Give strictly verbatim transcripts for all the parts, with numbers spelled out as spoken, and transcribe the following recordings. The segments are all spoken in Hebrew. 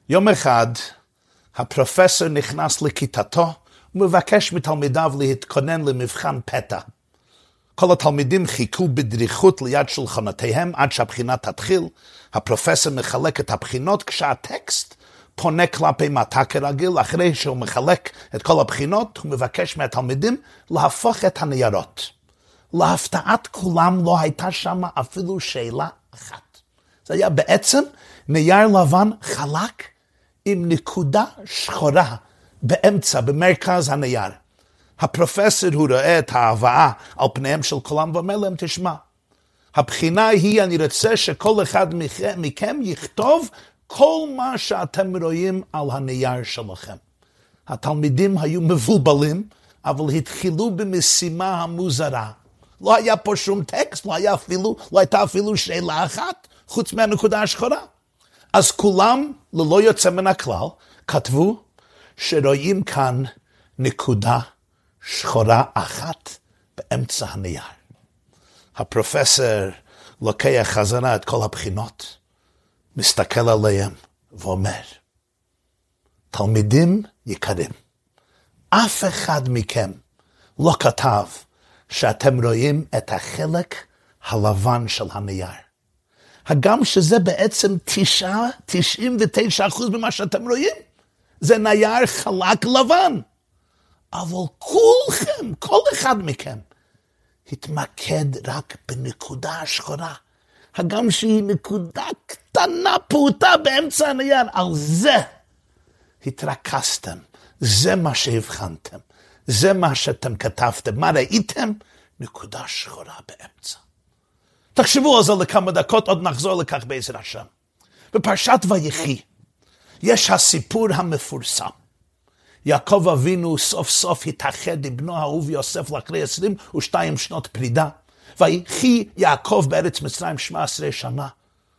יום אחד, הפרופסור נכנס לכיתתו, ומבקש מתלמידיו להתכונן למבחן פתע. כל התלמידים חיכו בדריכות ליד שולחנותיהם עד שהבחינה תתחיל. הפרופסור מחלק את הבחינות כשהטקסט פונה כלפי מטה כרגיל. אחרי שהוא מחלק את כל הבחינות, הוא מבקש מהתלמידים להפוך את הניירות. להפתעת כולם לא הייתה שם אפילו שאלה אחת. זה היה בעצם נייר לבן חלק עם נקודה שחורה באמצע, במרכז הנייר. הפרופסור הוא רואה את ההבאה על פניהם של כולם ואומר להם, תשמע, הבחינה היא, אני רוצה שכל אחד מכם יכתוב כל מה שאתם רואים על הנייר שלכם. התלמידים היו מבולבלים, אבל התחילו במשימה המוזרה. לא היה פה שום טקסט, לא, היה אפילו, לא הייתה אפילו שאלה אחת, חוץ מהנקודה השחורה. אז כולם, ללא יוצא מן הכלל, כתבו שרואים כאן נקודה שחורה אחת באמצע הנייר. הפרופסור לוקח חזרה את כל הבחינות, מסתכל עליהם ואומר, תלמידים יקרים, אף אחד מכם לא כתב שאתם רואים את החלק הלבן של הנייר. הגם שזה בעצם תשעה, תשעים ותשע אחוז ממה שאתם רואים. זה נייר חלק לבן. אבל כולכם, כל אחד מכם, התמקד רק בנקודה השחורה. הגם שהיא נקודה קטנה פעוטה באמצע הנייר. על זה התרכזתם. זה מה שהבחנתם. זה מה שאתם כתבתם. מה ראיתם? נקודה שחורה באמצע. תחשבו על זה לכמה דקות, עוד נחזור לכך בעזרת השם. בפרשת ויחי, יש הסיפור המפורסם. יעקב אבינו סוף סוף התאחד עם בנו האהוב יוסף לאחרי עשרים ושתיים שנות פרידה. ויחי יעקב בארץ מצרים שמונה עשרה שנה.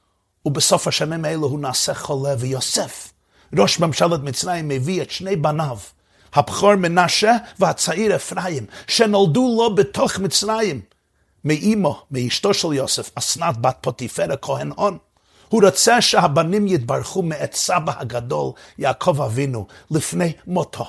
ובסוף השנים האלו הוא נעשה חולה, ויוסף, ראש ממשלת מצרים, מביא את שני בניו, הבכור מנשה והצעיר אפרים, שנולדו לו בתוך מצרים, מאימו, מאשתו של יוסף, אסנת בת פוטיפר הכהן און. הוא רוצה שהבנים יתברכו מאת סבא הגדול, יעקב אבינו, לפני מותו.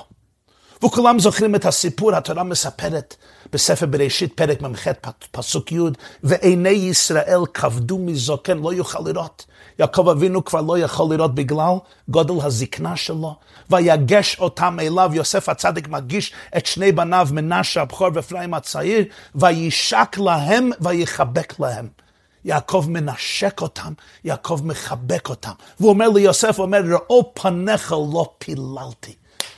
וכולם זוכרים את הסיפור, התורה מספרת בספר בראשית, פרק ממ"ח פסוק י', ועיני ישראל כבדו מזוקן, לא יוכל לראות. יעקב אבינו כבר לא יכול לראות בגלל גודל הזקנה שלו, ויגש אותם אליו. יוסף הצדיק מגיש את שני בניו, מנשה הבכור ואפרים הצעיר, וישק להם ויחבק להם. יעקב מנשק אותם, יעקב מחבק אותם. והוא אומר ליוסף, הוא אומר, ראו פניך לא פיללתי,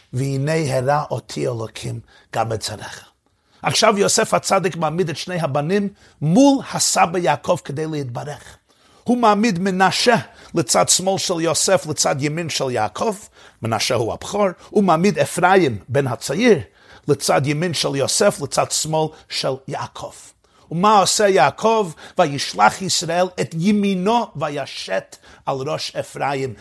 והנה הראה אותי אלוקים גם בצריך. עכשיו יוסף הצדיק מעמיד את שני הבנים מול הסבא יעקב כדי להתברך. הוא מעמיד מנשה לצד שמאל של יוסף, לצד ימין של יעקב. מנשה הוא הבכור. הוא מעמיד אפרים בן הצעיר לצד ימין של יוסף, לצד שמאל של יעקב. ומה עושה יעקב? וישלח ישראל את ימינו וישת על ראש אפרים.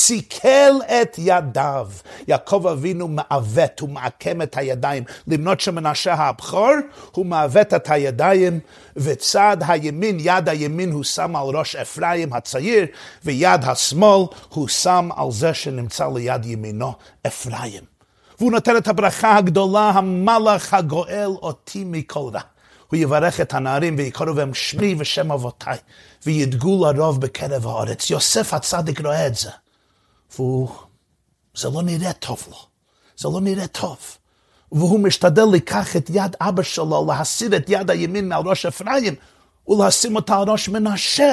סיכל את ידיו. יעקב אבינו מעוות, הוא מעקם את הידיים. למנות שמנשה הבכור, הוא מעוות את הידיים, וצד הימין, יד הימין הוא שם על ראש אפרים הצעיר, ויד השמאל הוא שם על זה שנמצא ליד ימינו, אפרים. והוא נותן את הברכה הגדולה, המלך הגואל אותי מכל רע. הוא יברך את הנערים ויקראו בהם שמי ושם אבותיי, וידגו לרוב בקרב הארץ. יוסף הצדיק רואה את זה, והוא, זה לא נראה טוב לו, זה לא נראה טוב. והוא משתדל לקח את יד אבא שלו, להסיר את יד הימין מעל ראש אפרים, ולשים אותה על ראש מנשה.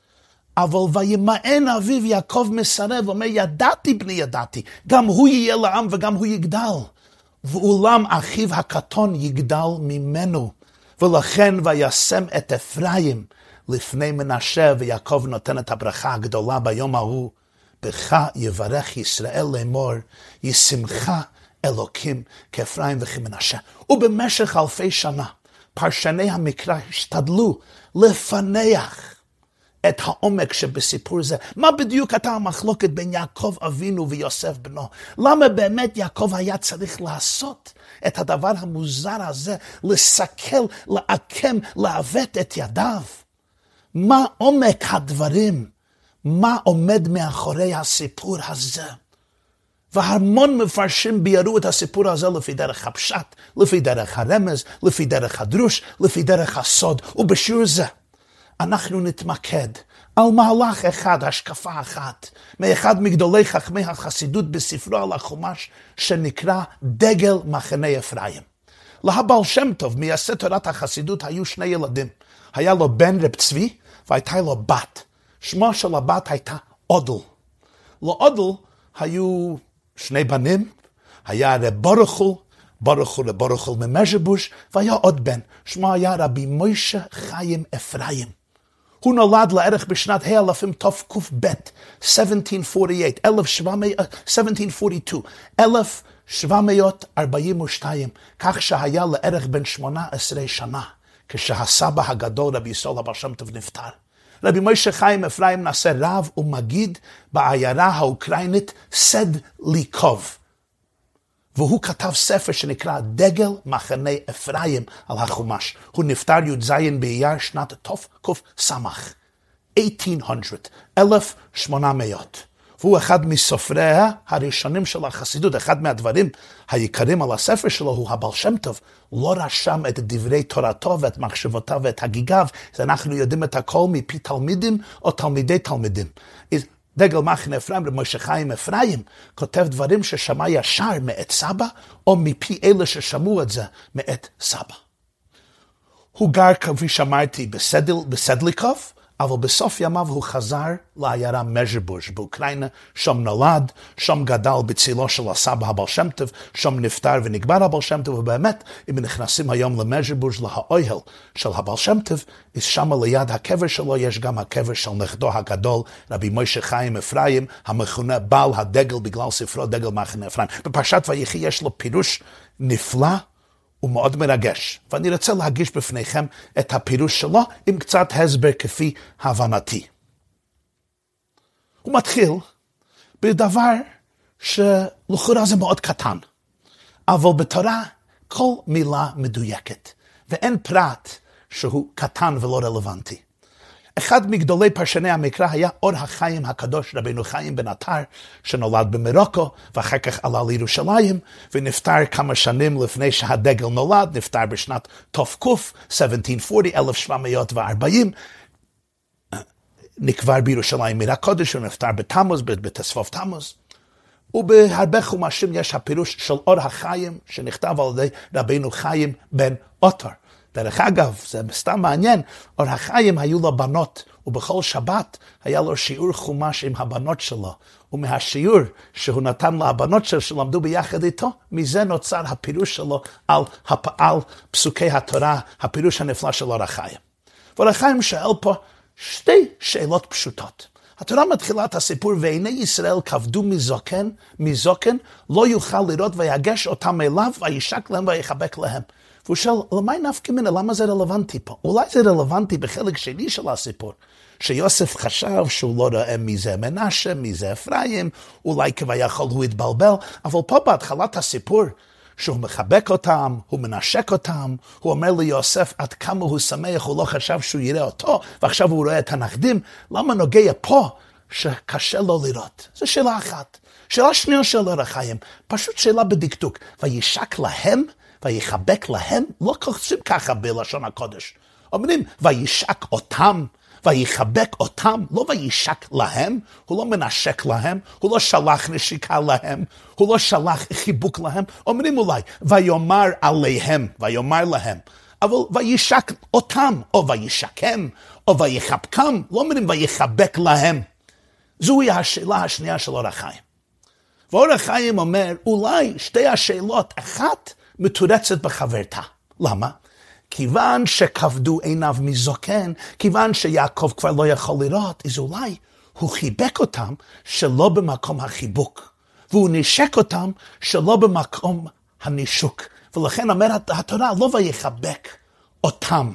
אבל וימאן אביו יעקב מסרב, אומר, ידעתי בני ידעתי, גם הוא יהיה לעם וגם הוא יגדל. ואולם אחיו הקטון יגדל ממנו. ולכן וישם את אפרים לפני מנשה, ויעקב נותן את הברכה הגדולה ביום ההוא, בך יברך ישראל לאמור, ישמך אלוקים כאפרים וכמנשה. ובמשך אלפי שנה, פרשני המקרא השתדלו לפנח את העומק שבסיפור זה. מה בדיוק הייתה המחלוקת בין יעקב אבינו ויוסף בנו? למה באמת יעקב היה צריך לעשות את הדבר המוזר הזה, לסכל, לעקם, לעוות את ידיו? מה עומק הדברים מה עומד מאחורי הסיפור הזה. והמון מפרשים ביארו את הסיפור הזה לפי דרך הפשט, לפי דרך הרמז, לפי דרך הדרוש, לפי דרך הסוד, ובשיעור זה אנחנו נתמקד על מהלך אחד, השקפה אחת, מאחד מגדולי חכמי החסידות בספרו על החומש, שנקרא דגל מחנה אפרים. להבעל שם טוב, מייסד תורת החסידות, היו שני ילדים. היה לו בן רב צבי, והייתה לו בת. שמה של הבת הייתה אודל. לאודל היו שני בנים, היה רב ברוכול, ברוכול לברוכול ממז'בוש, והיה עוד בן, שמו היה רבי מוישה חיים אפרים. הוא נולד לערך בשנת האלפים תק"ב, אלף שבע מאות ארבעים ושתיים, כך שהיה לערך בן שמונה עשרה שנה, כשהסבא הגדול רבי ישראל הבעל שם טוב נפטר. רבי מוישה חיים אפרים נעשה רב ומגיד בעיירה האוקראינית סדליקוב, והוא כתב ספר שנקרא דגל מחנה אפרים על החומש. הוא נפטר י"ז באייר שנת תק"ס, אלף שמונה מאות. והוא אחד מסופריה הראשונים של החסידות. אחד מהדברים היקרים על הספר שלו הוא הבעל שם טוב לא רשם את דברי תורתו ואת מחשבותיו ואת הגיגיו, אז אנחנו יודעים את הכל מפי תלמידים או תלמידי תלמידים. דגל מחנה אפרים, רבי מוישה חיים אפרים, כותב דברים ששמע ישר מאת סבא, או מפי אלה ששמעו את זה מאת סבא. הוא גר, כפי שאמרתי, בסדל, בסדליקוב, אבל בסוף ימיו הוא חזר לעיירה מז'בוש באוקראינה, שם נולד, שם גדל בצילו של הסבא הבעל שם טוב, שם נפטר ונקבר הבעל שם טוב, ובאמת, אם נכנסים היום למז'בוש, לאוהל של הבעל שם טוב, אז שם ליד הקבר שלו יש גם הקבר של נכדו הגדול, רבי מוישה חיים אפרים, המכונה בעל הדגל בגלל ספרו דגל מחנה אפרים. בפרשת ויחי יש לו פירוש נפלא, הוא מאוד מרגש, ואני רוצה להגיש בפניכם את הפירוש שלו עם קצת הסבר כפי הבנתי. הוא מתחיל בדבר שלכאורה זה מאוד קטן, אבל בתורה כל מילה מדויקת, ואין פרט שהוא קטן ולא רלוונטי. אחד מגדולי פרשני המקרא היה אור החיים הקדוש רבינו חיים בן עטר, שנולד במרוקו ואחר כך עלה לירושלים ונפטר כמה שנים לפני שהדגל נולד, נפטר בשנת תק"ף, אלף שבע מאות וארבעים, נקבר בירושלים עיר הקודש, ונפטר בתמוז, בתספוב תמוז. ובהרבה חומשים יש הפירוש של אור החיים שנכתב על ידי רבינו חיים בן עטר. דרך אגב, זה סתם מעניין, אור החיים היו לו בנות, ובכל שבת היה לו שיעור חומש עם הבנות שלו, ומהשיעור שהוא נתן לבנות שלו, שלמדו ביחד איתו, מזה נוצר הפירוש שלו על, על פסוקי התורה, הפירוש הנפלא של אור החיים. ואור החיים שואל פה שתי שאלות פשוטות. התורה מתחילה את הסיפור, ועיני ישראל כבדו מזוקן, מזוקן, לא יוכל לראות ויגש אותם אליו, וישק להם ויחבק להם. והוא שואל, למה נפקא מינה? למה זה רלוונטי פה? אולי זה רלוונטי בחלק שני של הסיפור, שיוסף חשב שהוא לא רואה מי זה מנשה, מי זה אפרים, אולי כביכול הוא התבלבל, אבל פה בהתחלת הסיפור, שהוא מחבק אותם, הוא מנשק אותם, הוא אומר ליוסף עד כמה הוא שמח, הוא לא חשב שהוא יראה אותו, ועכשיו הוא רואה את הנכדים, למה נוגע פה שקשה לו לראות? זו שאלה אחת. שאלה שנייה של אור החיים, פשוט שאלה בדקדוק, וישק להם, ויחבק להם, לא קוראים ככה בלשון הקודש. אומרים, וישק אותם, ויחבק אותם, לא וישק להם, הוא לא מנשק להם, הוא לא שלח נשיקה להם, הוא לא שלח חיבוק להם, אומרים אולי, ויאמר עליהם, ויאמר להם, אבל וישק אותם, או וישקם, או ויחבקם, לא אומרים ויחבק להם. זוהי השאלה השנייה של אור החיים. ואור החיים אומר, אולי שתי השאלות, אחת, מתורצת בחברתה. למה? כיוון שכבדו עיניו מזוקן, כיוון שיעקב כבר לא יכול לראות, אז אולי הוא חיבק אותם שלא במקום החיבוק, והוא נשק אותם שלא במקום הנישוק. ולכן אומרת התורה, לא ויחבק אותם.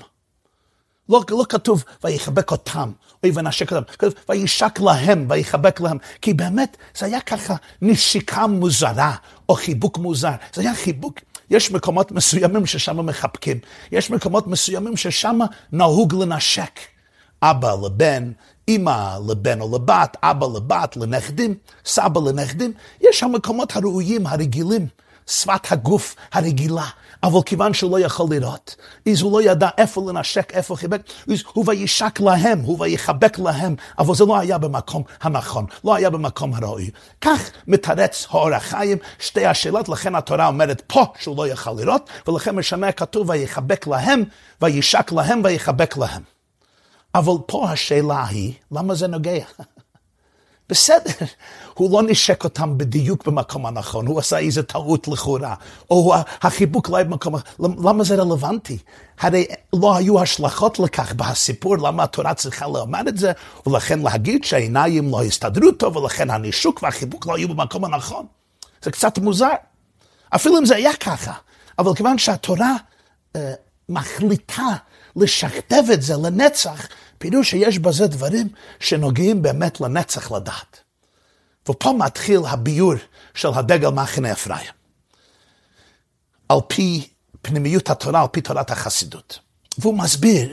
לא, לא כתוב ויחבק אותם, או ונשק אותם, כתוב וישק להם, ויחבק להם, כי באמת זה היה ככה נשיקה מוזרה, או חיבוק מוזר, זה היה חיבוק, יש מקומות מסוימים ששם מחבקים, יש מקומות מסוימים ששם נהוג לנשק, אבא לבן, אמא לבן או לבת, אבא לבת, לנכדים, סבא לנכדים. יש המקומות הראויים, הרגילים, שפת הגוף הרגילה. אבל כיוון שהוא לא יכול לראות, אז הוא לא ידע איפה לנשק, איפה חיבק, אז הוא וישק להם, הוא ויחבק להם, אבל זה לא היה במקום הנכון, לא היה במקום הראוי. כך מתרץ האור החיים שתי השאלות, לכן התורה אומרת פה שהוא לא יכול לראות, ולכן משנה כתוב ויחבק להם, וישק להם ויחבק להם. אבל פה השאלה היא, למה זה נוגע? בסדר, הוא לא נשק אותם בדיוק במקום הנכון, הוא עשה איזו טעות לכאורה, או החיבוק לא היה במקום, למה זה רלוונטי? הרי לא היו השלכות לכך בסיפור, למה התורה צריכה לומר את זה, ולכן להגיד שהעיניים לא הסתדרו טוב, ולכן הנישוק והחיבוק לא היו במקום הנכון. זה קצת מוזר, אפילו אם זה היה ככה, אבל כיוון שהתורה אה, מחליטה לשכתב את זה לנצח, פירוש שיש בזה דברים שנוגעים באמת לנצח לדעת. ופה מתחיל הביור של הדגל מחנה אפרים. על פי פנימיות התורה, על פי תורת החסידות. והוא מסביר,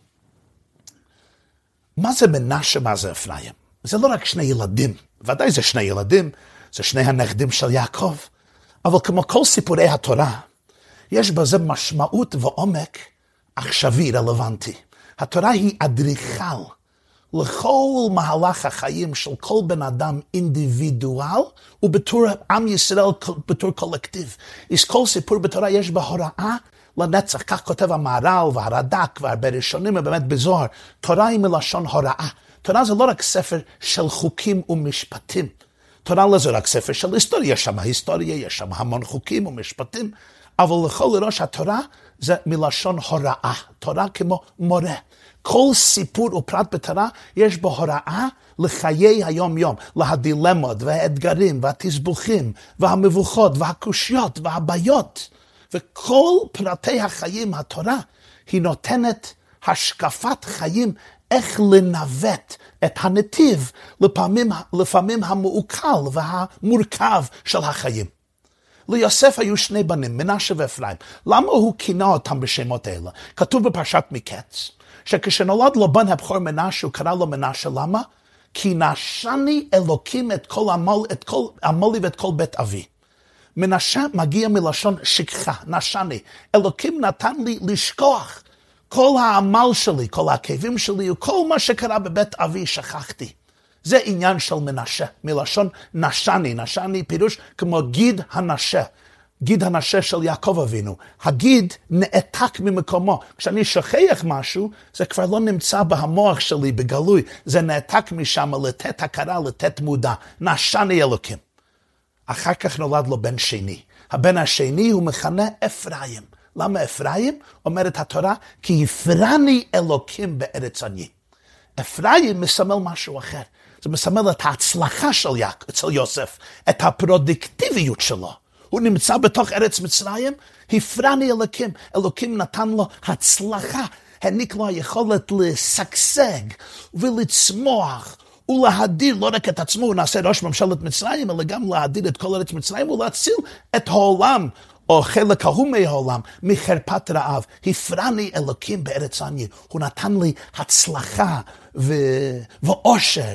מה זה מנשה, מה זה אפרים? זה לא רק שני ילדים, ודאי זה שני ילדים, זה שני הנכדים של יעקב, אבל כמו כל סיפורי התורה, יש בזה משמעות ועומק עכשווי רלוונטי. התורה היא אדריכל לכל מהלך החיים של כל בן אדם אינדיבידואל, ובתור עם ישראל בתור קולקטיב. אז כל סיפור בתורה יש בה הוראה לנצח, כך כותב המהר"ל והרד"ק והרבה ראשונים, ובאמת בזוהר, תורה היא מלשון הוראה. תורה זה לא רק ספר של חוקים ומשפטים. תורה לא זה רק ספר של היסטוריה, יש שם היסטוריה, יש שם המון חוקים ומשפטים, אבל לכל ראש התורה זה מלשון הוראה, תורה כמו מורה. כל סיפור ופרט בתורה יש בו הוראה לחיי היום יום, להדילמות והאתגרים והתסבוכים והמבוכות והקושיות והבעיות. וכל פרטי החיים, התורה, היא נותנת השקפת חיים איך לנווט את הנתיב לפעמים, לפעמים המעוקל והמורכב של החיים. ליוסף היו שני בנים, מנשה ואפרים. למה הוא כינה אותם בשמות האלה? כתוב בפרשת מקץ, שכשנולד לו בן הבכור מנשה, הוא קרא לו מנשה. למה? כי נשני אלוקים את כל עמל, את כל עמלי ואת כל בית אבי. מנשה מגיע מלשון שכחה, נשני. אלוקים נתן לי לשכוח. כל העמל שלי, כל הכאבים שלי, וכל מה שקרה בבית אבי שכחתי. זה עניין של מנשה, מלשון נשני. נשני פירוש כמו גיד הנשה. גיד הנשה של יעקב אבינו. הגיד נעתק ממקומו. כשאני שוכח משהו, זה כבר לא נמצא במוח שלי בגלוי. זה נעתק משם לתת הכרה, לתת מודע. נשני אלוקים. אחר כך נולד לו בן שני. הבן השני הוא מכנה אפרים. למה אפרים? אומרת התורה, כי הפרני אלוקים בארץ עני. אפרים מסמל משהו אחר. זה מסמל את ההצלחה של יעקב, אצל יוסף, את הפרודקטיביות שלו. הוא נמצא בתוך ארץ מצרים, הפרני אלוקים. אלוקים נתן לו הצלחה, העניק לו היכולת לשגשג ולצמוח ולהדיר לא רק את עצמו, הוא נעשה ראש ממשלת מצרים, אלא גם להדיר את כל ארץ מצרים ולהציל את העולם, או חלק ההוא מהעולם, מחרפת רעב. הפרני אלוקים בארץ עני. הוא נתן לי הצלחה ו... ואושר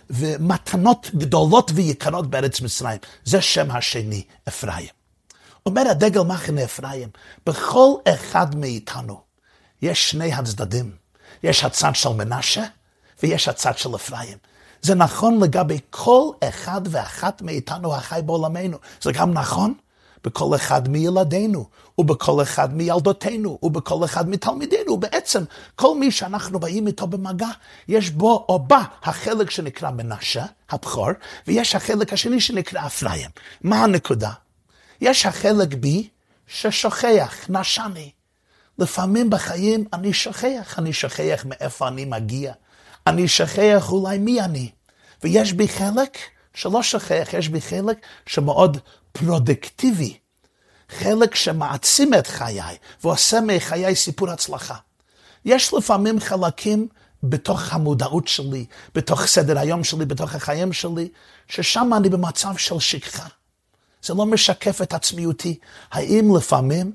ומתנות גדולות ויקרות בארץ מצרים. זה שם השני, אפרים. אומר הדגל מחנה אפרים, בכל אחד מאיתנו יש שני הצדדים. יש הצד של מנשה ויש הצד של אפרים. זה נכון לגבי כל אחד ואחת מאיתנו החי בעולמנו. זה גם נכון בכל אחד מילדינו, ובכל אחד מילדותינו, ובכל אחד מתלמידינו. ובעצם כל מי שאנחנו באים איתו במגע, יש בו או בה החלק שנקרא מנשה, הבכור, ויש החלק השני שנקרא אפרים. מה הנקודה? יש החלק בי ששוכח, נשני. לפעמים בחיים אני שוכח, אני שוכח מאיפה אני מגיע. אני שוכח אולי מי אני. ויש בי חלק שלא שוכח, יש בי חלק שמאוד פרודקטיבי, חלק שמעצים את חיי, ועושה מחיי סיפור הצלחה. יש לפעמים חלקים בתוך המודעות שלי, בתוך סדר היום שלי, בתוך החיים שלי, ששם אני במצב של שכחה. זה לא משקף את עצמיותי. האם לפעמים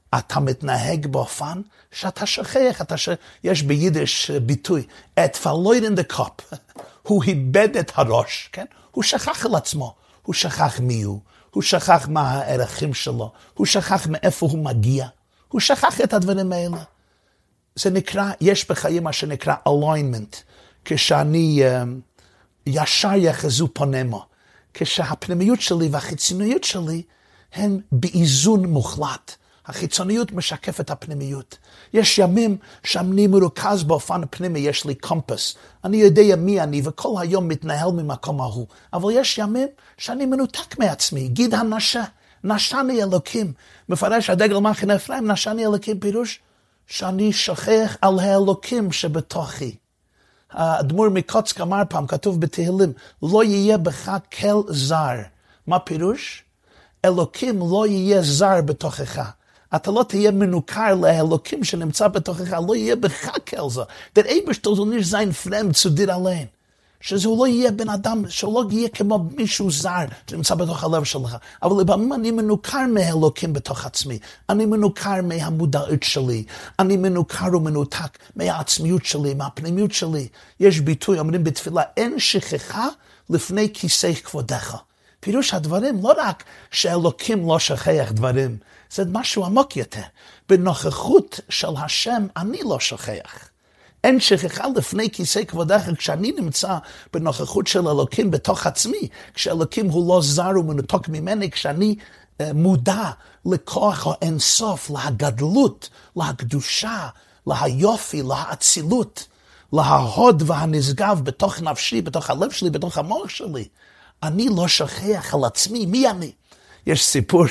אתה מתנהג באופן שאתה שכח, אתה ש... יש ביידיש ביטוי, את פלוידן דה קופ, הוא איבד את הראש, כן? הוא שכח על עצמו, הוא שכח מי הוא, הוא שכח מה הערכים שלו, הוא שכח מאיפה הוא מגיע, הוא שכח את הדברים האלה. זה נקרא, יש בחיים מה שנקרא alignment, כשאני uh, ישר יחזו פונמו, כשהפנימיות שלי והחיצוניות שלי הן באיזון מוחלט. החיצוניות משקפת את הפנימיות. יש ימים שאני מרוכז באופן פנימי, יש לי קומפס. אני יודע מי אני וכל היום מתנהל ממקום ההוא. אבל יש ימים שאני מנותק מעצמי, גיד הנשה, נשני אלוקים. מפרש הדגל מחנה אפרים, נשני אלוקים פירוש שאני שוכח על האלוקים שבתוכי. האדמו"ר מקוצק אמר פעם, כתוב בתהילים, לא יהיה בך כל זר. מה פירוש? אלוקים לא יהיה זר בתוכך. אתה לא תהיה מנוכר לאלוקים שנמצא בתוכך, לא יהיה בך כל זר. Der Eberste soll nicht sein fremd zu dir allein. שזה לא יהיה בן אדם, שלא יהיה כמו מישהו זר שנמצא בתוך הלב שלך. אבל לפעמים אני מנוכר מהאלוקים בתוך עצמי. אני מנוכר מהמודעות שלי. אני מנוכר ומנותק מהעצמיות שלי, מהפנימיות שלי. יש ביטוי, אומרים בתפילה, אין שכחה לפני כיסא כבודך. פירוש הדברים, לא רק שאלוקים לא שוכח דברים, זה משהו עמוק יותר. בנוכחות של השם אני לא שוכח. אין שכחה לפני כיסא כבודך, כשאני נמצא בנוכחות של אלוקים בתוך עצמי, כשאלוקים הוא לא זר ומנותק ממני, כשאני uh, מודע לכוח האינסוף, להגדלות, להקדושה, להיופי, להאצילות, לההוד והנשגב בתוך נפשי, בתוך הלב שלי, בתוך המוח שלי. אני לא שוכח על עצמי, מי אני? יש סיפור,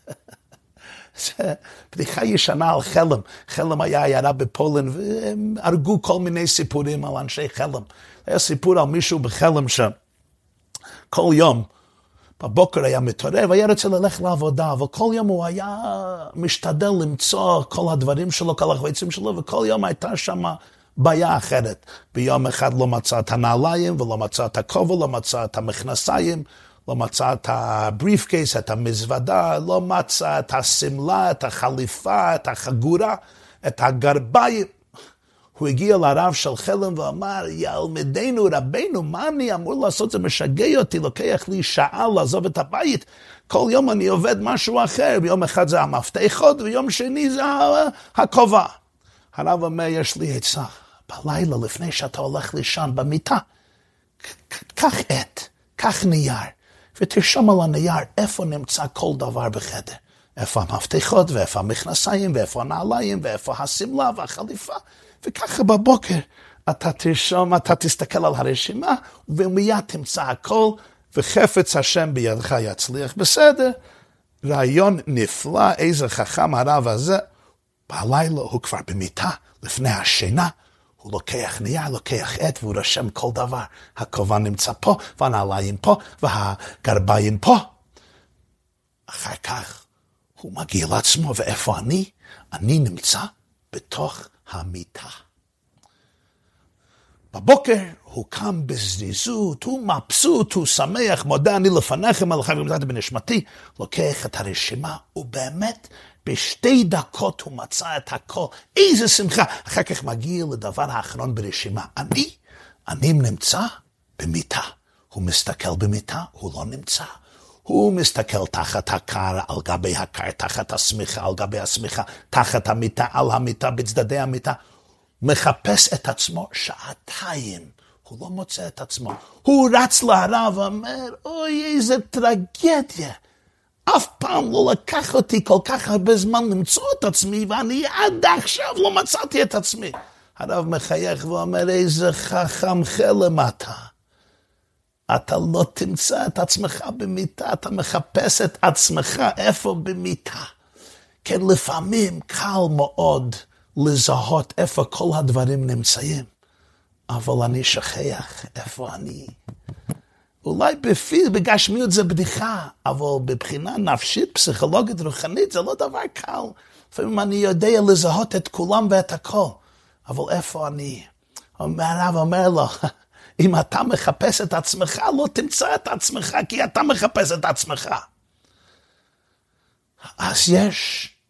זה בדיחה ישנה על חלם. חלם היה עיירה בפולין, והם הרגו כל מיני סיפורים על אנשי חלם. היה סיפור על מישהו בחלם שם. כל יום, בבוקר היה מתעורר, והיה רוצה ללכת לעבודה, אבל כל יום הוא היה משתדל למצוא כל הדברים שלו, כל החבצים שלו, וכל יום הייתה שם בעיה אחרת. ביום אחד לא מצא את הנעליים, ולא מצא את הכובע, לא מצא את המכנסיים, לא מצא את הבריף קייס, את המזוודה, לא מצא את הסמלה, את החליפה, את החגורה, את הגרביים. הוא הגיע לרב של חלם ואמר, ילמדנו רבנו, מה אני אמור לעשות? זה משגע אותי, לוקח לי שעה לעזוב את הבית. כל יום אני עובד משהו אחר, ביום אחד זה המפתחות, ויום שני זה הכובע. הרב אומר, יש לי עצה, בלילה לפני שאתה הולך לישון במיטה, קח עט, קח נייר, ותרשום על הנייר איפה נמצא כל דבר בחדר. איפה המפתחות, ואיפה המכנסיים, ואיפה הנעליים, ואיפה הסמלה והחליפה. וככה בבוקר אתה תרשום, אתה תסתכל על הרשימה, ומיד תמצא הכל, וחפץ השם בידך יצליח. בסדר, רעיון נפלא, איזה חכם הרב הזה. בלילה הוא כבר במיטה, לפני השינה, הוא לוקח נייר, לוקח עט, והוא רשם כל דבר. הכובע נמצא פה, והנעליים פה, והגרביים פה. אחר כך הוא מגיע לעצמו, ואיפה אני? אני נמצא בתוך המיטה. בבוקר הוא קם בזריזות, הוא מבסוט, הוא שמח, מודה אני לפניכם, על חיים ומצאתי בנשמתי, לוקח את הרשימה, ובאמת בשתי דקות הוא מצא את הכל, איזה שמחה. אחר כך מגיע לדבר האחרון ברשימה, אני, אני נמצא במיטה. הוא מסתכל במיטה, הוא לא נמצא. הוא מסתכל תחת הקר, על גבי הקר, תחת הסמיכה, על גבי הסמיכה, תחת המיטה, על המיטה, בצדדי המיטה. מחפש את עצמו שעתיים. הוא לא מוצא את עצמו. הוא רץ להרב ואומר, אוי, איזה טרגדיה. אף פעם לא לקח אותי כל כך הרבה זמן למצוא את עצמי, ואני עד עכשיו לא מצאתי את עצמי. הרב מחייך ואומר, איזה חכם חלם אתה. אתה לא תמצא את עצמך במיטה, אתה מחפש את עצמך איפה במיטה. כן, לפעמים קל מאוד לזהות איפה כל הדברים נמצאים, אבל אני שכח איפה אני. אולי בפי, בגשמיות זה בדיחה, אבל בבחינה נפשית, פסיכולוגית, רוחנית, זה לא דבר קל. לפעמים אני יודע לזהות את כולם ואת הכל, אבל איפה אני? הרב אומר לו, אם אתה מחפש את עצמך, לא תמצא את עצמך, כי אתה מחפש את עצמך. אז יש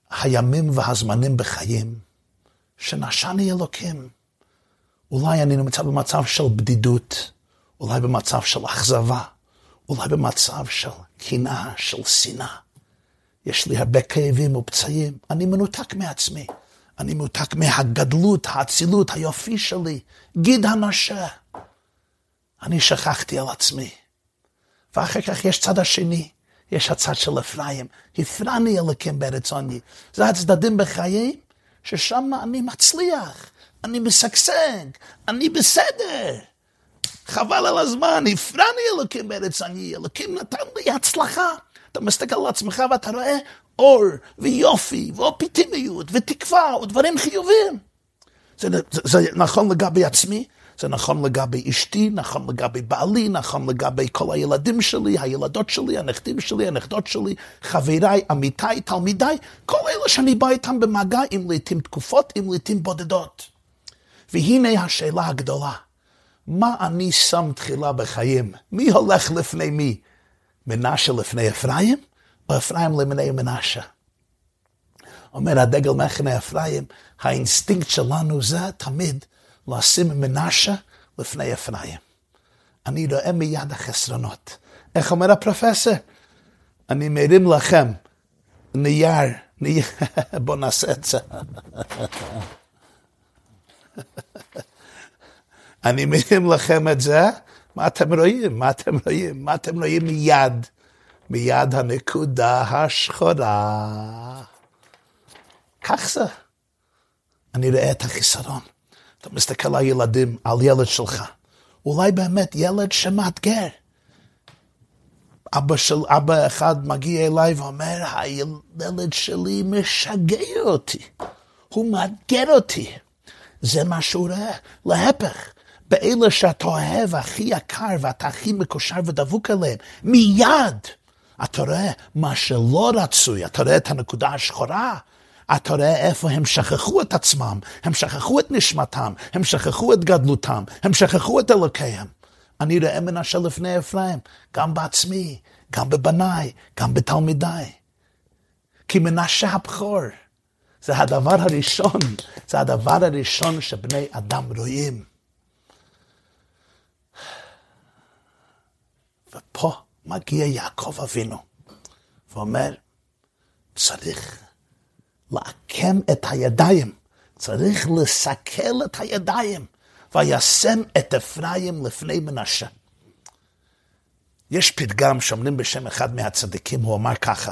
הימים והזמנים בחיים, שנשני אלוקים. אולי אני נמצא במצב של בדידות, אולי במצב של אכזבה, אולי במצב של קנאה, של שנאה. יש לי הרבה כאבים ופצעים, אני מנותק מעצמי. אני מנותק מהגדלות, האצילות, היופי שלי, גיד הנשה. אני שכחתי על עצמי. ואחר כך יש צד השני, יש הצד של אפרים. הפרני אלוקים ברצוני. זה הצדדים בחיים ששם אני מצליח, אני משגשג, אני בסדר. חבל על הזמן, הפרני אלוקים ברצוני, אלוקים נתן לי הצלחה. אתה מסתכל על עצמך ואתה רואה אור ויופי ואופטימיות ותקווה ודברים חיובים. זה, זה, זה נכון לגבי עצמי, זה נכון לגבי אשתי, נכון לגבי בעלי, נכון לגבי כל הילדים שלי, הילדות שלי, הנכדים שלי, הנכדות שלי, חבריי, עמיתיי, תלמידיי, כל אלה שאני בא איתם במגע עם לעתים תקופות, עם לעתים בודדות. והנה השאלה הגדולה, מה אני שם תחילה בחיים? מי הולך לפני מי? מנשה לפני אפרים, או אפרים לפני מנשה? אומר הדגל מחנה אפרים, האינסטינקט שלנו זה תמיד לשים מנשה לפני אפרים. אני רואה מיד החסרונות. איך אומר הפרופסור? אני מרים לכם נייר, נייר, בוא נעשה את זה. אני מרים לכם את זה, מה אתם רואים? מה אתם רואים? מה אתם רואים מיד? מיד הנקודה השחורה. כך זה. אני רואה את החיסרון. אתה מסתכל על ילדים, על ילד שלך. אולי באמת ילד שמאתגר. אבא של אבא אחד מגיע אליי ואומר, הילד שלי משגע אותי. הוא מאתגר אותי. זה מה שהוא רואה. להפך. באלה שאתה אוהב הכי יקר ואתה הכי מקושר ודבוק אליהם, מיד אתה רואה מה שלא רצוי, אתה רואה את הנקודה השחורה, אתה רואה איפה הם שכחו את עצמם, הם שכחו את נשמתם, הם שכחו את גדלותם, הם שכחו את אלוקיהם. אני רואה מנשה לפני אפרים, גם בעצמי, גם בבניי, גם בתלמידיי. כי מנשה הבכור, זה הדבר הראשון, זה הדבר הראשון שבני אדם רואים. ופה מגיע יעקב אבינו, ואומר, צריך לעקם את הידיים, צריך לסכל את הידיים, וישם את אפרים לפני מנשה. יש פתגם שאומרים בשם אחד מהצדיקים, הוא אמר ככה,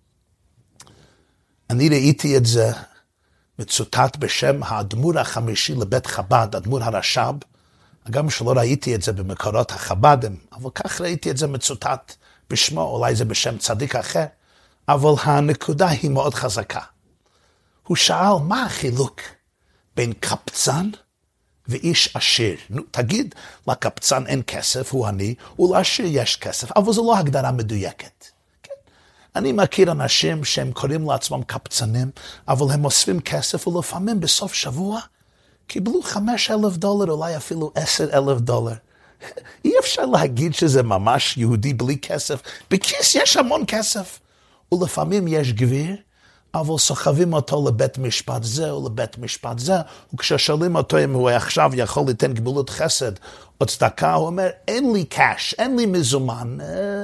אני ראיתי את זה מצוטט בשם האדמו"ר החמישי לבית חב"ד, אדמו"ר הרש"ב, גם שלא ראיתי את זה במקורות החב"דים, אבל כך ראיתי את זה מצוטט בשמו, אולי זה בשם צדיק אחר, אבל הנקודה היא מאוד חזקה. הוא שאל, מה החילוק בין קפצן ואיש עשיר? נו, תגיד, לקפצן אין כסף, הוא עני, ולעשיר יש כסף, אבל זו לא הגדרה מדויקת. כן? אני מכיר אנשים שהם קוראים לעצמם קפצנים, אבל הם אוספים כסף, ולפעמים בסוף שבוע, קיבלו חמש אלף דולר, אולי אפילו עשר אלף דולר. אי אפשר להגיד שזה ממש יהודי בלי כסף. בכיס יש המון כסף. ולפעמים יש גביר, אבל סוחבים אותו לבית משפט זה או לבית משפט זה, וכששואלים אותו אם הוא עכשיו יכול לתת גמילות חסד או צדקה, הוא אומר, אין לי קאש, אין לי מזומן.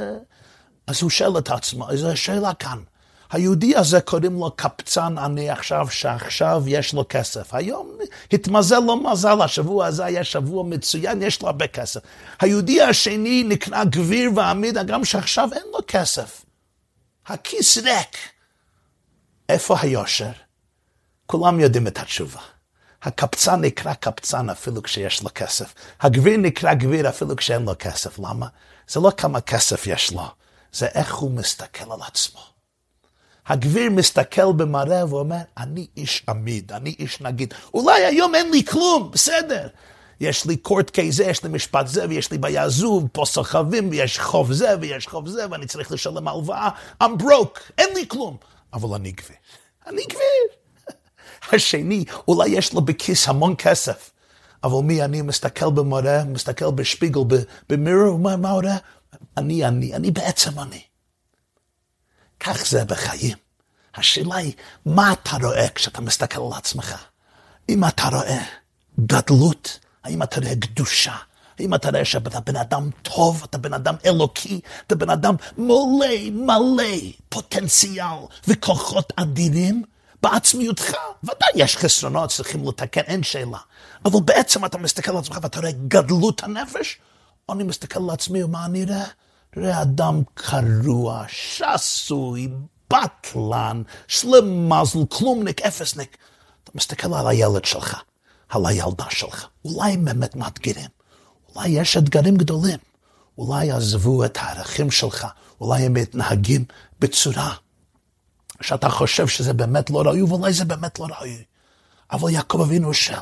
אז הוא שואל את עצמו, זו שאלה כאן. היהודי הזה קוראים לו קפצן, אני עכשיו שעכשיו יש לו כסף. היום התמזל לו מזל, השבוע הזה היה שבוע מצוין, יש לו הרבה כסף. היהודי השני נקרא גביר ועמיד, גם שעכשיו אין לו כסף. הכיס ריק. איפה היושר? כולם יודעים את התשובה. הקפצן נקרא קפצן אפילו כשיש לו כסף. הגביר נקרא גביר אפילו כשאין לו כסף. למה? זה לא כמה כסף יש לו, זה איך הוא מסתכל על עצמו. הגביר מסתכל במראה ואומר, אני איש עמיד, אני איש נגיד. אולי היום אין לי כלום, בסדר. יש לי קורט כזה, יש לי משפט זה, ויש לי בעיה זו, פה סוחבים, ויש חוב זה, ויש חוב זה, ואני צריך לשלם הלוואה. I'm broke, אין לי כלום. אבל אני גביר. אני גביר. השני, אולי יש לו בכיס המון כסף. אבל מי אני מסתכל במראה, מסתכל בשפיגל, במירור, מה, מה רואה? אני, אני, אני בעצם אני. כך זה בחיים. השאלה היא, מה אתה רואה כשאתה מסתכל על עצמך? אם אתה רואה גדלות, האם אתה רואה קדושה? האם אתה רואה שאתה בן אדם טוב, אתה בן אדם אלוקי, אתה בן אדם מלא מלא פוטנציאל וכוחות אדירים בעצמיותך? ודאי יש חסרונות, צריכים לתקן, אין שאלה. אבל בעצם אתה מסתכל על עצמך ואתה רואה גדלות הנפש, אני מסתכל על עצמי ומה אני רואה? רואה אדם קרוע, שסוי, בטלן, שלמזל, כלומניק, אפסניק. אתה מסתכל על הילד שלך, על הילדה שלך. אולי הם באמת מאתגרים. אולי יש אתגרים גדולים. אולי עזבו את הערכים שלך. אולי הם מתנהגים בצורה שאתה חושב שזה באמת לא ראוי, ואולי זה באמת לא ראוי. אבל יעקב אבינו שואל,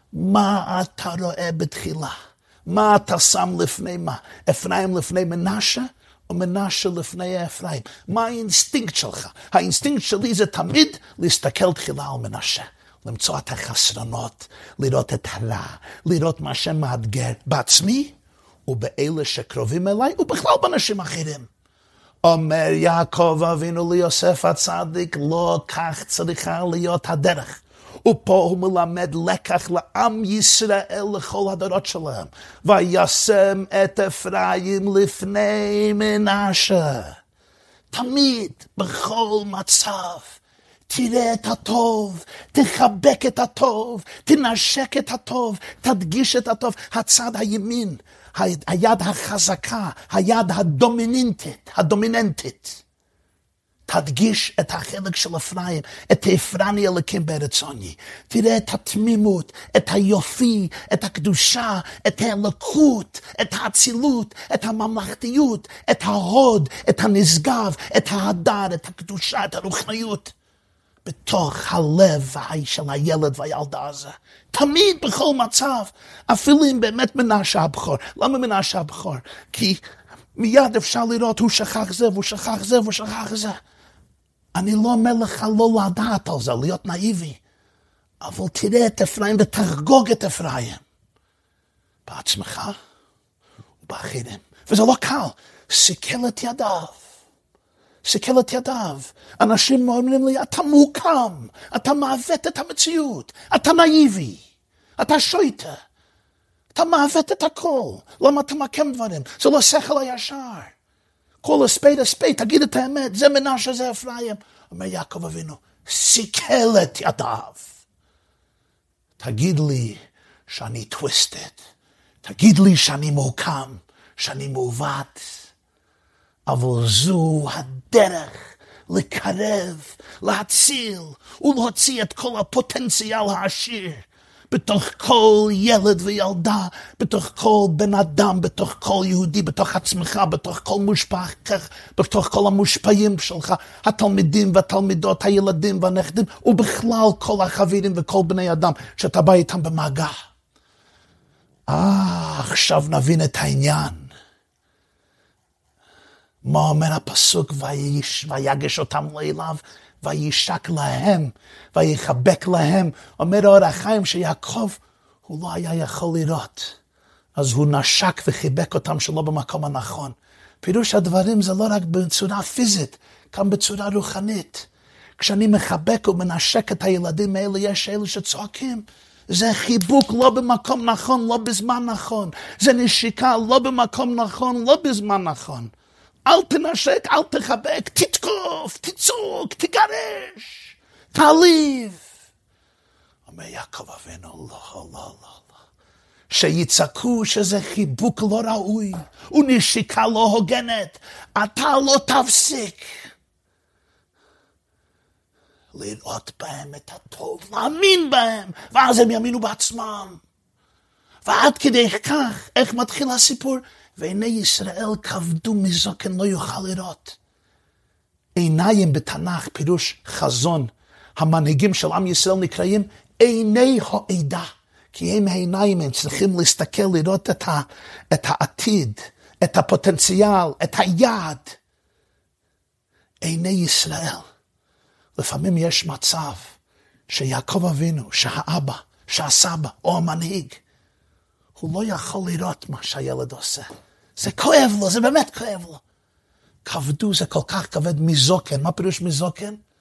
מה אתה רואה בתחילה? מה אתה שם לפני מה? אפרים לפני מנשה? או מנשה לפני אפרים? מה האינסטינקט שלך? האינסטינקט שלי זה תמיד להסתכל תחילה על מנשה. למצוא את החסרונות, לראות את הרע, לראות מה שמאתגר בעצמי, ובאלה שקרובים אליי, ובכלל באנשים אחרים. אומר יעקב אבינו ליוסף הצדיק, לא כך צריכה להיות הדרך. ופה הוא מלמד לקח לעם ישראל לכל הדורות שלהם. וישם את אפרים לפני מנשה. תמיד, בכל מצב, תראה את הטוב, תחבק את הטוב, תנשק את הטוב, תדגיש את הטוב. הצד הימין, היד החזקה, היד הדומיננטית, הדומיננטית. תדגיש את החלק של אפרים, את אפרני אלוקים ברצוני. תראה את התמימות, את היופי, את הקדושה, את האלוקות, את האצילות, את הממלכתיות, את ההוד, את הנשגב, את ההדר, את הקדושה, את הרוחניות. בתוך הלב של הילד והילדה הזה. תמיד בכל מצב, אפילו אם באמת מנשה הבכור. למה מנשה הבכור? כי מיד אפשר לראות, הוא שכח זה, והוא שכח זה, והוא שכח זה. אני לא אומר לך לא לדעת על זה, להיות נאיבי. אבל תראה את אפרים ותחגוג את אפרים. בעצמך ובאחרים. וזה לא קל. סיכל את ידיו. סיכל את ידיו. אנשים אומרים לי, אתה מוקם, אתה מעוות את המציאות, אתה נאיבי, אתה שויטה, אתה מעוות את הכל. למה אתה מקם דברים? זה לא שכל הישר. כל הספד הספד, תגיד את האמת, זה מנשה, זה אפרים. אומר יעקב אבינו, סיכל את ידיו. תגיד לי שאני טוויסטד, תגיד לי שאני מוקם, שאני מעוות. אבל זו הדרך לקרב, להציל ולהוציא את כל הפוטנציאל העשיר בתוך כל ילד וילדה, בתוך כל בן אדם, בתוך כל יהודי, בתוך עצמך, בתוך כל משפחה, בתוך כל המושפעים שלך, התלמידים והתלמידות, הילדים והנכדים, ובכלל כל החברים וכל בני אדם שאתה בא איתם במגע. אה, עכשיו נבין את העניין. מה אומר הפסוק? ויש, ויגש אותם אליו, וישק להם, ויחבק להם. אומר אור החיים שיעקב, הוא לא היה יכול לראות. אז הוא נשק וחיבק אותם שלא במקום הנכון. פירוש הדברים זה לא רק בצורה פיזית, גם בצורה רוחנית. כשאני מחבק ומנשק את הילדים האלה, יש אלה שצועקים. זה חיבוק לא במקום נכון, לא בזמן נכון. זה נשיקה לא במקום נכון, לא בזמן נכון. אל תנשק, אל תחבק, תתקוף, תצוק, תגרש, תעליב. אומר יעקב אבינו, לא, לא, לא, לא. שיצעקו שזה חיבוק לא ראוי, ונשיקה לא הוגנת, אתה לא תפסיק. לראות בהם את הטוב, להאמין בהם, ואז הם יאמינו בעצמם. ועד כדי כך, איך מתחיל הסיפור? ועיני ישראל כבדו מזוקן לא יוכל לראות. עיניים בתנ"ך, פירוש חזון, המנהיגים של עם ישראל נקראים עיני העדה. כי הם העיניים, הם צריכים להסתכל, לראות את, ה, את העתיד, את הפוטנציאל, את היעד. עיני ישראל. לפעמים יש מצב שיעקב אבינו, שהאבא, שהסבא או המנהיג, הוא לא יכול לראות מה שהילד עושה. זה כואב לו, זה באמת כואב לו. כבדו זה כל כך כבד מזוקן. מה פירוש מזוקן?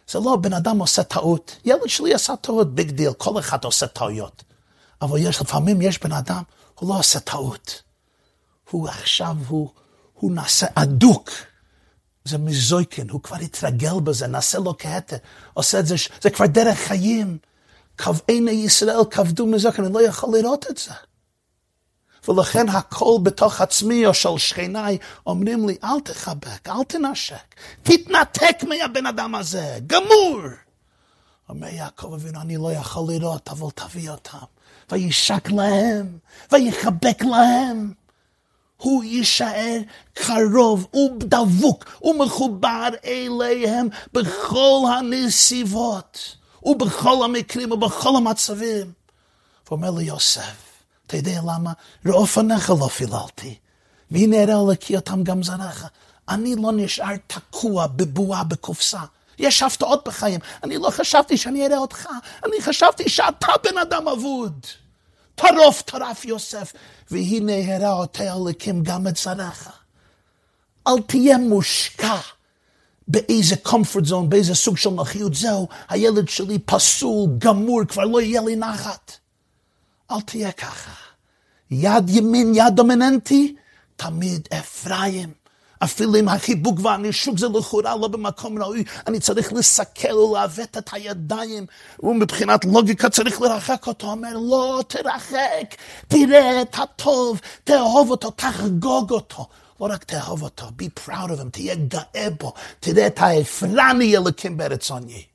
זה לא בן אדם עושה טעות. ילד שלי עשה טעות, ביג דיל, כל אחד עושה טעויות. אבל יש, לפעמים יש בן אדם, הוא לא עושה טעות. הוא עכשיו, הוא, הוא נעשה אדוק. זה מזויקן, הוא כבר התרגל בזה, נעשה לו כהתר. עושה את זה, זה כבר דרך חיים. קבעי ישראל כבדו מזויקן, אני לא יכול לראות את זה. ולכן הכל בתוך עצמי או של שכניי אומרים לי, אל תחבק, אל תנשק, תתנתק מהבן אדם הזה, גמור. אומר יעקב אבינו, אני לא יכול לראות, אבל תביא אותם. וישק להם, ויחבק להם. הוא יישאר קרוב ודבוק ומחובר אליהם בכל הנסיבות ובכל המקרים ובכל המצבים. ואומר לי יוסף, אתה יודע למה? ראה פניך לא פיללתי, והנה הראה לקי אותם גם זרעך. אני לא נשאר תקוע בבועה בקופסה. יש הפתעות בחיים. אני לא חשבתי שאני אראה אותך. אני חשבתי שאתה בן אדם אבוד. טרוף טרף יוסף, והנה הראה אותי אלוקים גם את זרעך. אל תהיה מושקע באיזה comfort zone, באיזה סוג של נוחיות. זהו, הילד שלי פסול, גמור, כבר לא יהיה לי נחת. אל תהיה ככה. יד ימין, יד דומיננטי, תמיד אפרים. אפילו אם החיבוק והנישוק זה לכאורה לא במקום ראוי, אני צריך לסכל ולעוות את הידיים, ומבחינת לוגיקה צריך לרחק אותו. אומר, לא תרחק, תראה את הטוב, תאהוב אותו, תחגוג אותו. לא רק תאהוב אותו, be proud of him, תהיה גאה בו, תראה את האפרני אלוקים ברצוני.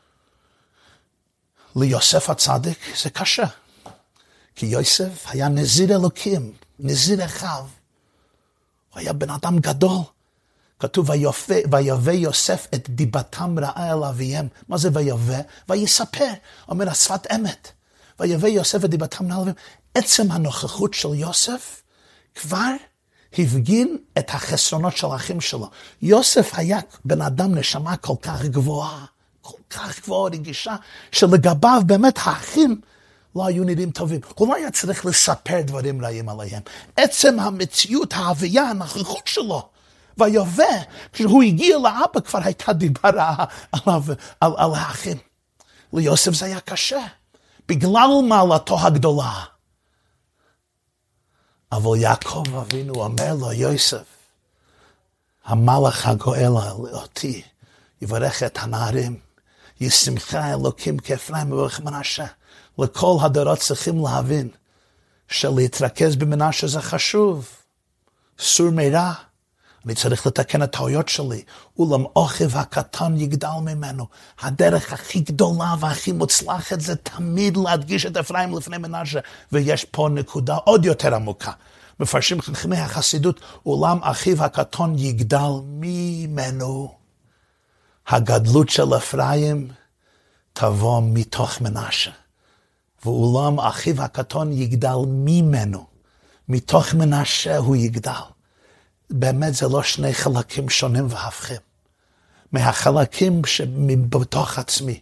ליוסף הצדיק זה קשה. כי יוסף היה נזיר אלוקים, נזיר אחיו. הוא היה בן אדם גדול. כתוב, ויבא יוסף את דיבתם רעה אל אביהם. מה זה ויבא? ויספר. אומר, השפת אמת. ויבא יוסף את דיבתם רעה אל אביהם. עצם הנוכחות של יוסף כבר הפגין את החסרונות של האחים שלו. יוסף היה בן אדם נשמה כל כך גבוהה, כל כך גבוהה רגישה, שלגביו באמת האחים לא היו נראים טובים. הוא לא היה צריך לספר דברים רעים עליהם. עצם המציאות, ההוויה, הנוכחות שלו, ויבא, כשהוא הגיע לאבא כבר הייתה דיברה עליו, על, על האחים. ליוסף זה היה קשה, בגלל מעלתו הגדולה. אבל יעקב אבינו אומר לו, יוסף, המלאך הגואל אותי, יברך את הנערים, ישמחה אלוקים כאפרים וברך מנשה. לכל הדורות צריכים להבין שלהתרכז במנשה זה חשוב. סור מרע, אני צריך לתקן את הטעויות שלי, אולם אחיו הקטן יגדל ממנו. הדרך הכי גדולה והכי מוצלחת זה תמיד להדגיש את אפרים לפני מנשה, ויש פה נקודה עוד יותר עמוקה. מפרשים חכמי החסידות, אולם אחיו הקטן יגדל ממנו. הגדלות של אפרים תבוא מתוך מנשה. ואולם אחיו הקטן יגדל ממנו. מתוך מנשה הוא יגדל. באמת זה לא שני חלקים שונים והפכים. מהחלקים שבתוך עצמי,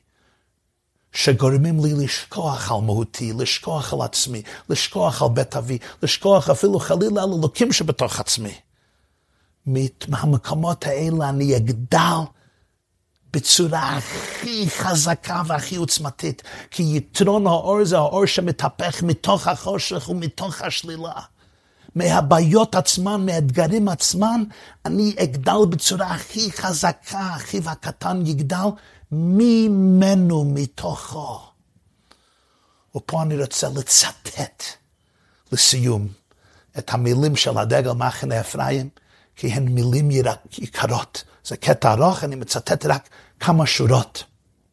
שגורמים לי לשכוח על מהותי, לשכוח על עצמי, לשכוח על בית אבי, לשכוח אפילו חלילה על אלוקים שבתוך עצמי. מהמקומות האלה אני אגדל בצורה הכי חזקה והכי עוצמתית, כי יתרון האור זה האור שמתהפך מתוך החושך ומתוך השלילה. מהבעיות עצמן, מהאתגרים עצמן, אני אגדל בצורה הכי חזקה, אחיו הקטן יגדל ממנו, מתוכו. ופה אני רוצה לצטט לסיום את המילים של הדגל מחנה אפרים, כי הן מילים יקרות. זה קטע ארוך, אני מצטט רק כמה שורות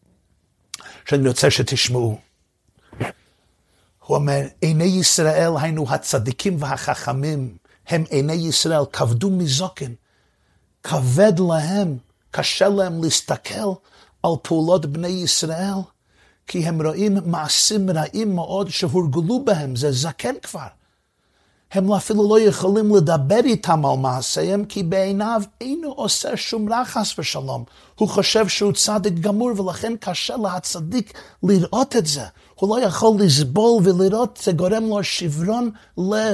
שאני רוצה שתשמעו. הוא אומר, עיני ישראל היינו הצדיקים והחכמים, הם עיני ישראל כבדו מזוקן, כבד להם, קשה להם להסתכל על פעולות בני ישראל, כי הם רואים מעשים רעים מאוד שהורגלו בהם, זה זקן כבר. הם אפילו לא יכולים לדבר איתם על מעשיהם, כי בעיניו אינו עושה שום רע חס ושלום. הוא חושב שהוא צדיק גמור, ולכן קשה להצדיק לראות את זה. הוא לא יכול לסבול ולראות, זה גורם לו שברון לב,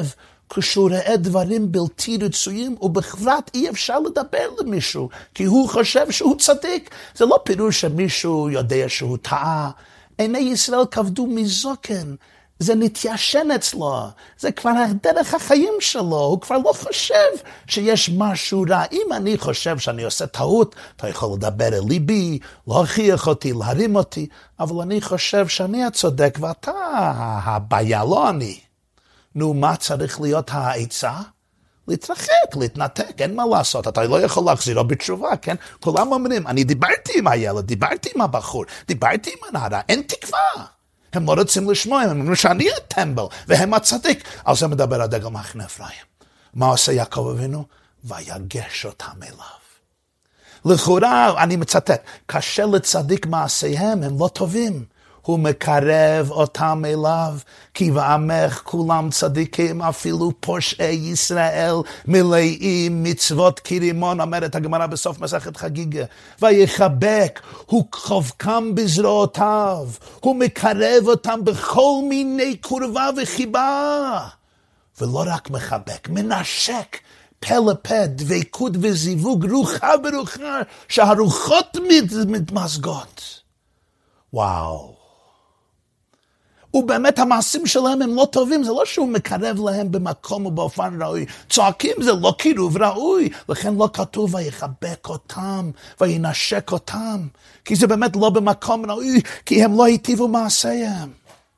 כשהוא ראה דברים בלתי רצויים, ובפרט אי אפשר לדבר למישהו, כי הוא חושב שהוא צדיק. זה לא פירוש שמישהו יודע שהוא טעה. עיני ישראל כבדו מזוקן. זה נתיישן אצלו, זה כבר דרך החיים שלו, הוא כבר לא חושב שיש משהו רע. אם אני חושב שאני עושה טעות, אתה יכול לדבר אל ליבי, להוכיח אותי, להרים אותי, אבל אני חושב שאני הצודק ואתה הבעיה, לא אני. נו, מה צריך להיות העצה? להתרחק, להתנתק, אין מה לעשות, אתה לא יכול להחזירו בתשובה, כן? כולם אומרים, אני דיברתי עם הילד, דיברתי עם הבחור, דיברתי עם הנערה, אין תקווה. הם לא רוצים לשמוע, הם אומרים שאני הטמבל, והם הצדיק. על זה מדבר הדגל מחנה אפרים. מה עושה יעקב אבינו? ויגש אותם אליו. לכאורה, אני מצטט, קשה לצדיק מעשיהם, הם לא טובים. הוא מקרב אותם אליו, כי בעמך כולם צדיקים, אפילו פושעי ישראל, מלאים מצוות כרימון, אומרת הגמרא בסוף מסכת חגיגה. ויחבק, הוא חובקם בזרועותיו, הוא מקרב אותם בכל מיני קרבה וחיבה. ולא רק מחבק, מנשק, פה לפה, דבקות וזיווג, רוחה ברוחה, שהרוחות מתמזגות. וואו. ובאמת המעשים שלהם הם לא טובים, זה לא שהוא מקרב להם במקום ובאופן ראוי. צועקים זה לא קירוב ראוי, לכן לא כתוב ויחבק אותם, וינשק אותם, כי זה באמת לא במקום ראוי, כי הם לא היטיבו מעשיהם.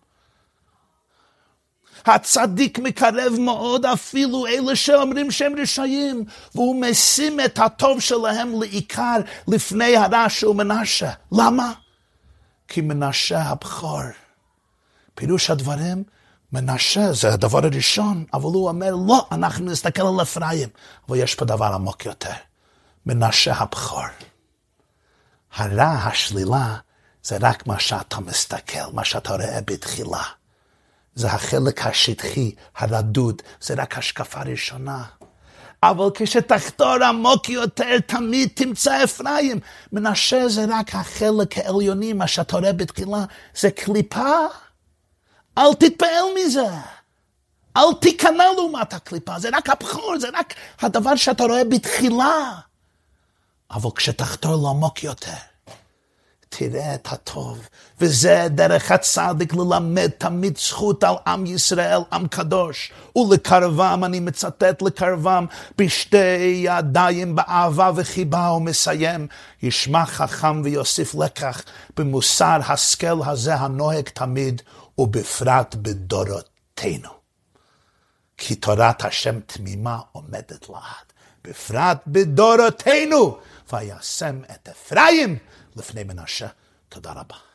הצדיק מקרב מאוד אפילו אלה שאומרים שהם רשעים, והוא משים את הטוב שלהם לעיקר לפני הרע שהוא מנשה. למה? כי מנשה הבכור. פירוש הדברים, מנשה זה הדבר הראשון, אבל הוא אומר, לא, אנחנו נסתכל על אפרים, אבל יש פה דבר עמוק יותר. מנשה הבכור. הרע, השלילה, זה רק מה שאתה מסתכל, מה שאתה רואה בתחילה. זה החלק השטחי, הרדוד, זה רק השקפה ראשונה. אבל כשתחתור עמוק יותר, תמיד תמצא אפרים. מנשה זה רק החלק העליוני, מה שאתה רואה בתחילה, זה קליפה. אל תתפעל מזה. אל תיכנע לעומת הקליפה. זה רק הבכור, זה רק הדבר שאתה רואה בתחילה. אבל כשתחתור לעמוק יותר, תראה את הטוב. וזה דרך הצדיק ללמד תמיד זכות על עם ישראל, עם קדוש. ולקרבם, אני מצטט לקרבם, בשתי ידיים באהבה וחיבה ומסיים. ישמע חכם ויוסיף לקח במוסר השכל הזה הנוהג תמיד, ובפרט בדורותינו. כי תורת השם תמימה עומדת לעד. בפרט בדורותינו. וישם את אפרים לפני מנשה. תודה רבה.